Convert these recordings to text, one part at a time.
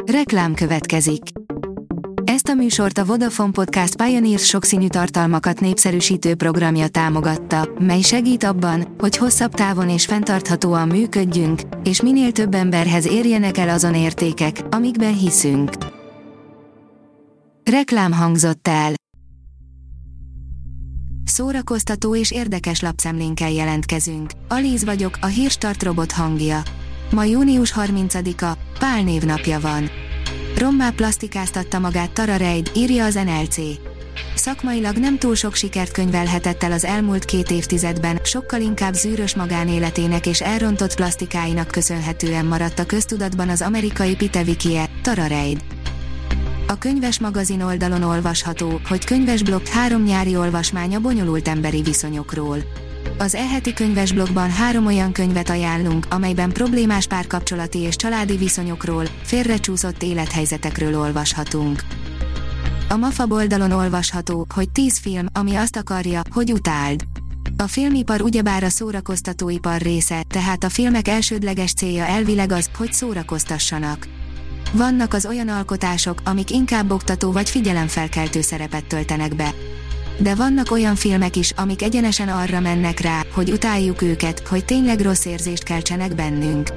Reklám következik. Ezt a műsort a Vodafone Podcast Pioneers sokszínű tartalmakat népszerűsítő programja támogatta, mely segít abban, hogy hosszabb távon és fenntarthatóan működjünk, és minél több emberhez érjenek el azon értékek, amikben hiszünk. Reklám hangzott el. Szórakoztató és érdekes lapszemlénkkel jelentkezünk. Alíz vagyok, a Hírstart robot hangja. Ma június 30-a, Pál névnapja van. Rommá plasztikáztatta magát Tara Reid, írja az NLC. Szakmailag nem túl sok sikert könyvelhetett el az elmúlt 2 évtizedben, sokkal inkább zűrös magánéletének és elrontott plastikáinak köszönhetően maradt a köztudatban az amerikai pitevikie, Tara Reid. A Könyves magazin oldalon olvasható, hogy könyvesblokk 3 nyári olvasmánya bonyolult emberi viszonyokról. Az e-heti könyvesblokkban 3 olyan könyvet ajánlunk, amelyben problémás párkapcsolati és családi viszonyokról, félrecsúszott élethelyzetekről olvashatunk. A MAFA oldalon olvasható, hogy 10 film, ami azt akarja, hogy utáld. A filmipar ugyebár a szórakoztatóipar része, tehát a filmek elsődleges célja elvileg az, hogy szórakoztassanak. Vannak az olyan alkotások, amik inkább oktató vagy figyelemfelkeltő szerepet töltenek be. De vannak olyan filmek is, amik egyenesen arra mennek rá, hogy utáljuk őket, hogy tényleg rossz érzést keltsenek bennünk.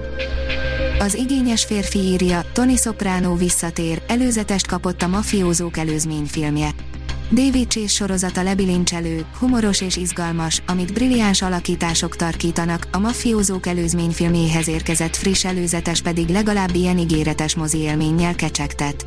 Az igényes férfi írja, Tony Soprano visszatér, előzetest kapott a Mafiózók előzményfilmje. David Chase sorozata lebilincselő, humoros és izgalmas, amit brilliáns alakítások tarkítanak, a Mafiózók előzményfilméhez érkezett friss előzetes pedig legalább ilyen ígéretes mozi élménnyel kecsegtet.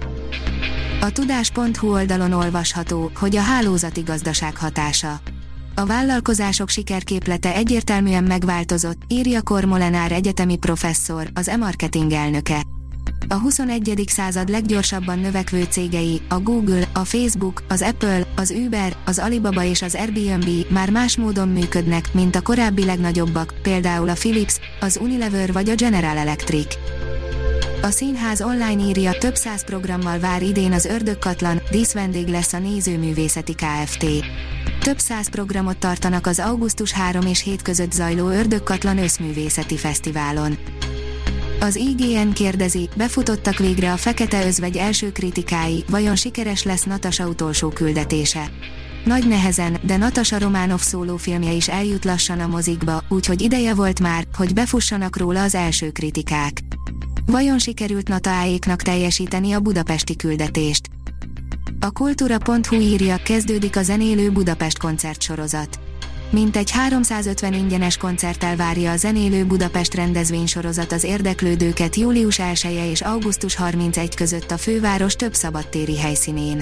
A tudás.hu oldalon olvasható, hogy a hálózati gazdaság hatása. A vállalkozások sikerképlete egyértelműen megváltozott, írja Kormolenár egyetemi professzor, az e-marketing elnöke. A 21. század leggyorsabban növekvő cégei, a Google, a Facebook, az Apple, az Uber, az Alibaba és az Airbnb már más módon működnek, mint a korábbi legnagyobbak, például a Philips, az Unilever vagy a General Electric. A Színház online írja, több 100 programmal vár idén az Ördögkatlan, díszvendég lesz a Nézőművészeti Kft. Több 100 programot tartanak az augusztus 3 és 7 között zajló Ördögkatlan összművészeti fesztiválon. Az IGN kérdezi, befutottak végre a Fekete Özvegy első kritikái, vajon sikeres lesz Natasha utolsó küldetése? Nagy nehezen, de Natasha Romanoff szólófilmje is eljut lassan a mozikba, úgyhogy ideje volt már, hogy befussanak róla az első kritikák. Vajon sikerült Nataáéknak teljesíteni a budapesti küldetést? A kultúra.hu írja, kezdődik a Zenélő Budapest koncertsorozat. Mintegy 350 ingyenes koncerttel várja a Zenélő Budapest rendezvénysorozat az érdeklődőket július 1-e és augusztus 31 között a főváros több szabadtéri helyszínén.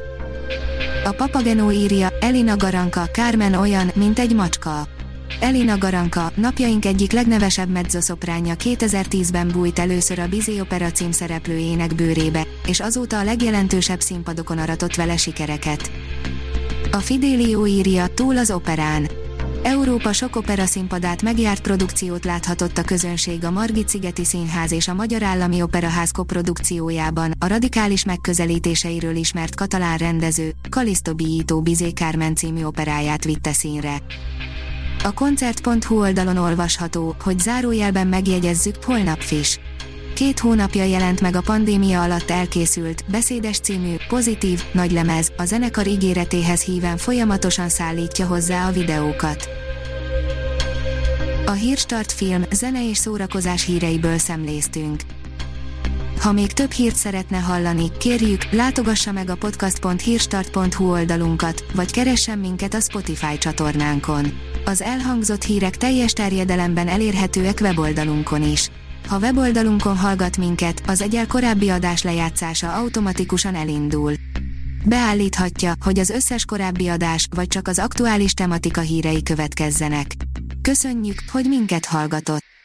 A Papageno írja, Elina Garanka, Carmen olyan, mint egy macska. Elina Garanka, napjaink egyik legnevesebb mezzoszopránja 2010-ben bújt először a Bizet opera címszereplőjének bőrébe, és azóta a legjelentősebb színpadokon aratott vele sikereket. A Fidelio írja, túl az operán. Európa sok opera színpadát megjárt produkciót láthatott a közönség a Margit-szigeti Színház és a Magyar Állami Operaház koprodukciójában, a radikális megközelítéseiről ismert katalán rendező, Calixto Bíjító Bizet Carmen című operáját vitte színre. A koncert.hu oldalon olvasható, hogy zárójelben megjegyezzük, holnap Fish. 2 hónapja jelent meg a pandémia alatt elkészült, beszédes című, pozitív, nagylemez, a zenekar ígéretéhez híven folyamatosan szállítja hozzá a videókat. A Hírstart film, zene és szórakozás híreiből szemléztünk. Ha még több hírt szeretne hallani, kérjük, látogassa meg a podcast.hírstart.hu oldalunkat, vagy keressen minket a Spotify csatornánkon. Az elhangzott hírek teljes terjedelemben elérhetőek weboldalunkon is. Ha weboldalunkon hallgat minket, az egyel korábbi adás lejátszása automatikusan elindul. Beállíthatja, hogy az összes korábbi adás, vagy csak az aktuális tematika hírei következzenek. Köszönjük, hogy minket hallgatott!